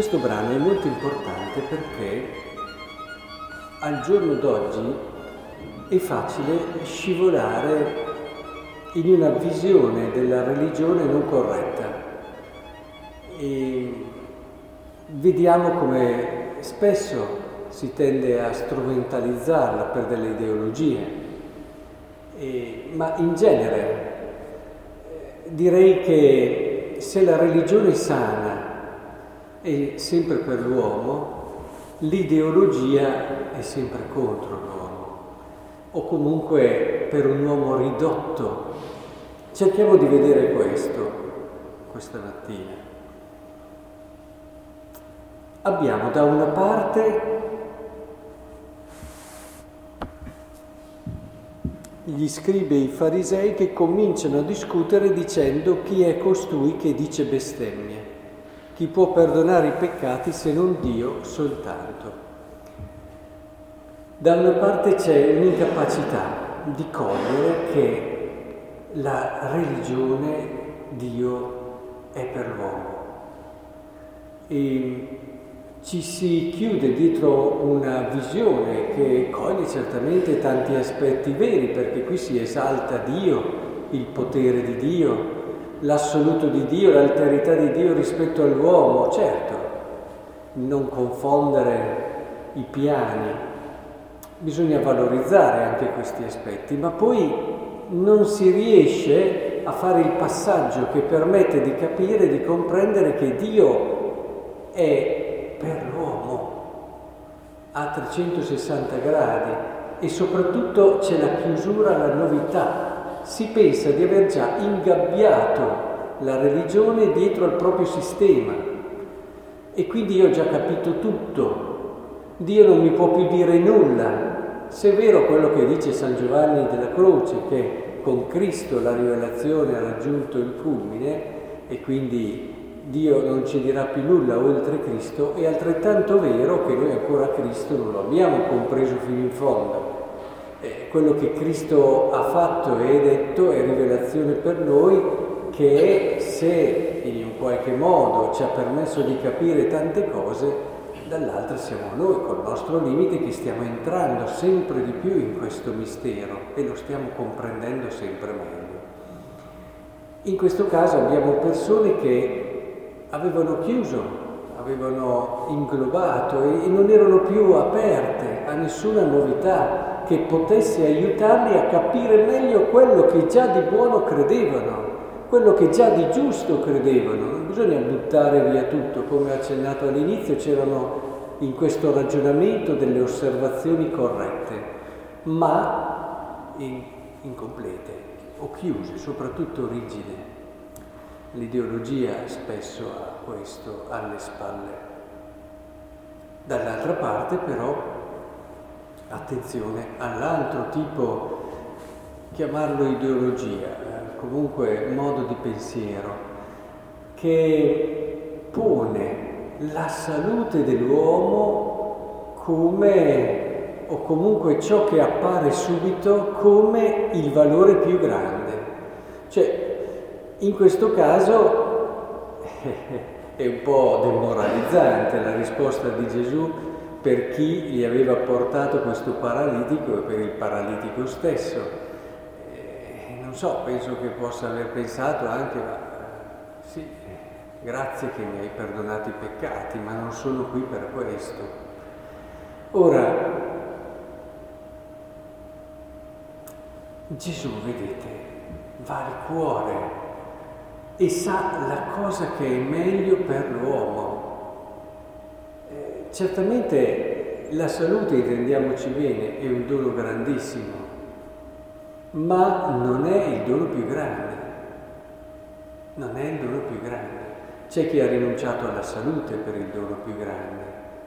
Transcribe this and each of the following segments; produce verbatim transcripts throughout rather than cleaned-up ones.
Questo brano è molto importante perché al giorno d'oggi è facile scivolare in una visione della religione non corretta e vediamo come spesso si tende a strumentalizzarla per delle ideologie, e, ma in genere direi che se la religione sana è sempre per l'uomo, l'ideologia è sempre contro l'uomo, o comunque per un uomo ridotto. Cerchiamo di vedere questo questa mattina. Abbiamo da una parte gli scribi e i farisei che cominciano a discutere dicendo: chi è costui che dice bestemmie? Chi può perdonare i peccati se non Dio soltanto? Da una parte c'è un'incapacità di cogliere che la religione, Dio, è per l'uomo. E ci si chiude dietro una visione che coglie certamente tanti aspetti veri, perché qui si esalta Dio, il potere di Dio, l'assoluto di Dio, l'alterità di Dio rispetto all'uomo. Certo, non confondere i piani, bisogna valorizzare anche questi aspetti, ma poi non si riesce a fare il passaggio che permette di capire, di comprendere che Dio è per l'uomo a trecentosessanta gradi, e soprattutto c'è la chiusura alla novità. Si pensa di aver già ingabbiato la religione dietro al proprio sistema e quindi io ho già capito tutto, Dio non mi può più dire nulla. Se è vero quello che dice San Giovanni della Croce, che con Cristo la rivelazione ha raggiunto il culmine e quindi Dio non ci dirà più nulla oltre Cristo, è altrettanto vero che noi ancora Cristo non lo abbiamo compreso fino in fondo. Eh, quello che Cristo ha fatto e detto è rivelazione per noi, che se in un qualche modo ci ha permesso di capire tante cose, dall'altra siamo noi col nostro limite che stiamo entrando sempre di più in questo mistero e lo stiamo comprendendo sempre meglio. In questo caso abbiamo persone che avevano chiuso, avevano inglobato e non erano più aperte a nessuna novità che potesse aiutarli a capire meglio quello che già di buono credevano, quello che già di giusto credevano. Non bisogna buttare via tutto, come ho accennato all'inizio, c'erano in questo ragionamento delle osservazioni corrette, ma in, incomplete o chiuse, soprattutto rigide. L'ideologia spesso ha questo alle spalle. Dall'altra parte però, attenzione all'altro tipo, chiamarlo ideologia, comunque modo di pensiero, che pone la salute dell'uomo come, o comunque ciò che appare subito come il valore più grande. Cioè, in questo caso è un po' demoralizzante la risposta di Gesù per chi gli aveva portato questo paralitico e per il paralitico stesso. Eh, non so, penso che possa aver pensato anche, ma sì, grazie che mi hai perdonato i peccati, ma non sono qui per questo. Ora, Gesù, vedete, va al cuore e sa la cosa che è meglio per l'uomo. Eh, certamente la salute, intendiamoci bene, è un dono grandissimo, ma non è il dono più grande. Non è il dono più grande. C'è chi ha rinunciato alla salute per il dono più grande.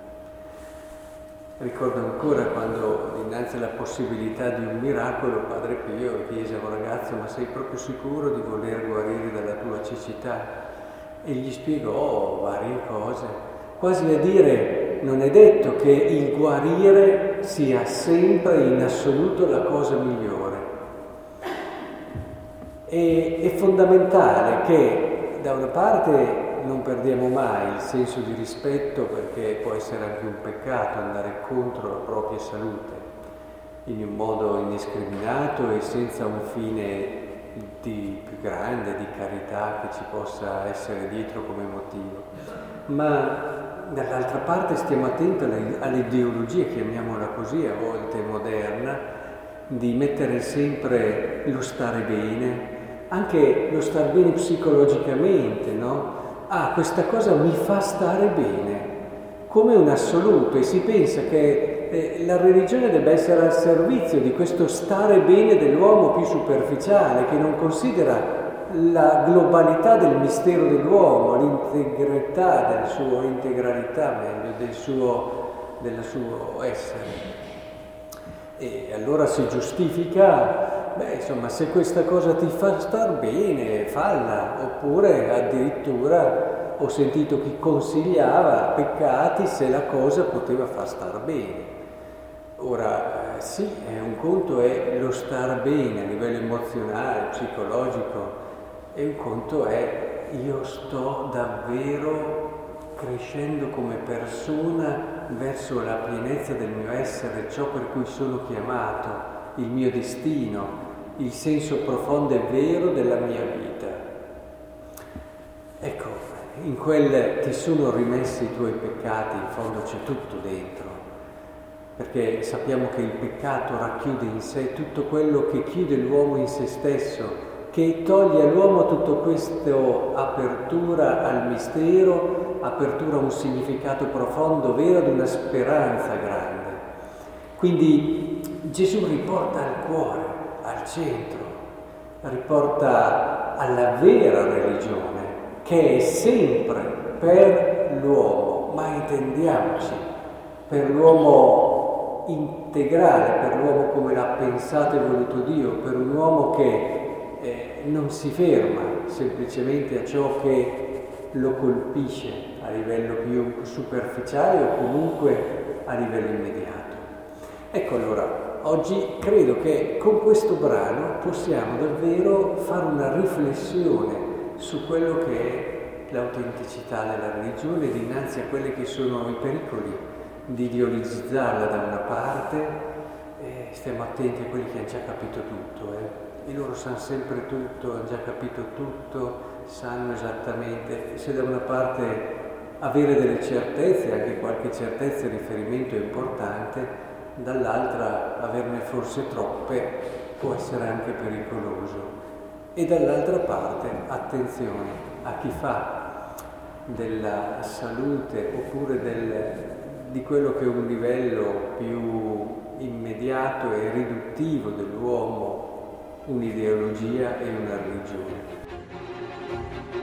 Ricordo ancora quando, dinanzi alla possibilità di un miracolo, Padre Pio chiese a un ragazzo: ma sei proprio sicuro di voler guarire dalla tua cecità? E gli spiegò varie cose, quasi a dire: non è detto che il guarire sia sempre in assoluto la cosa migliore. E, è fondamentale che da una parte non perdiamo mai il senso di rispetto, perché può essere anche un peccato andare contro la propria salute in un modo indiscriminato e senza un fine di più grande, di carità che ci possa essere dietro come motivo. Ma dall'altra parte stiamo attenti alle, all'ideologia, chiamiamola così, a volte moderna, di mettere sempre lo stare bene, anche lo star bene psicologicamente, no? Ah, questa cosa mi fa stare bene, come un assoluto, e si pensa che eh, la religione debba essere al servizio di questo stare bene dell'uomo più superficiale, che non considera la globalità del mistero dell'uomo, l'integrità del suo, integralità meglio, del suo, del suo essere. E allora si giustifica, beh, insomma, se questa cosa ti fa star bene, falla, oppure addirittura ho sentito chi consigliava peccati se la cosa poteva far star bene. Ora, eh, sì, è un conto è lo star bene a livello emozionale, psicologico, e un conto è io sto davvero crescendo come persona verso la pienezza del mio essere, ciò per cui sono chiamato, il mio destino, il senso profondo e vero della mia vita. Ecco, in quel ti sono rimessi i tuoi peccati, in fondo c'è tutto dentro, perché sappiamo che il peccato racchiude in sé tutto quello che chiude l'uomo in se stesso, che toglie all'uomo tutto questo apertura al mistero, apertura a un significato profondo, vero, ad una speranza grande. Quindi Gesù riporta al cuore, al centro, riporta alla vera religione, che è sempre per l'uomo, ma intendiamoci, per l'uomo integrale, per l'uomo come l'ha pensato e voluto Dio, per un uomo che eh, non si ferma semplicemente a ciò che lo colpisce a livello più superficiale o comunque a livello immediato. Ecco, allora, oggi credo che con questo brano possiamo davvero fare una riflessione su quello che è l'autenticità della religione dinanzi a quelli che sono i pericoli di ideologizzarla da una parte. Eh, stiamo attenti a quelli che hanno già capito tutto, eh. E loro sanno sempre tutto, hanno già capito tutto, sanno esattamente. Se da una parte avere delle certezze, anche qualche certezza e riferimento è importante, dall'altra averne forse troppe può essere anche pericoloso. E dall'altra parte attenzione a chi fa della salute oppure del, di quello che è un livello più immediato e riduttivo dell'uomo un'ideologia e una religione.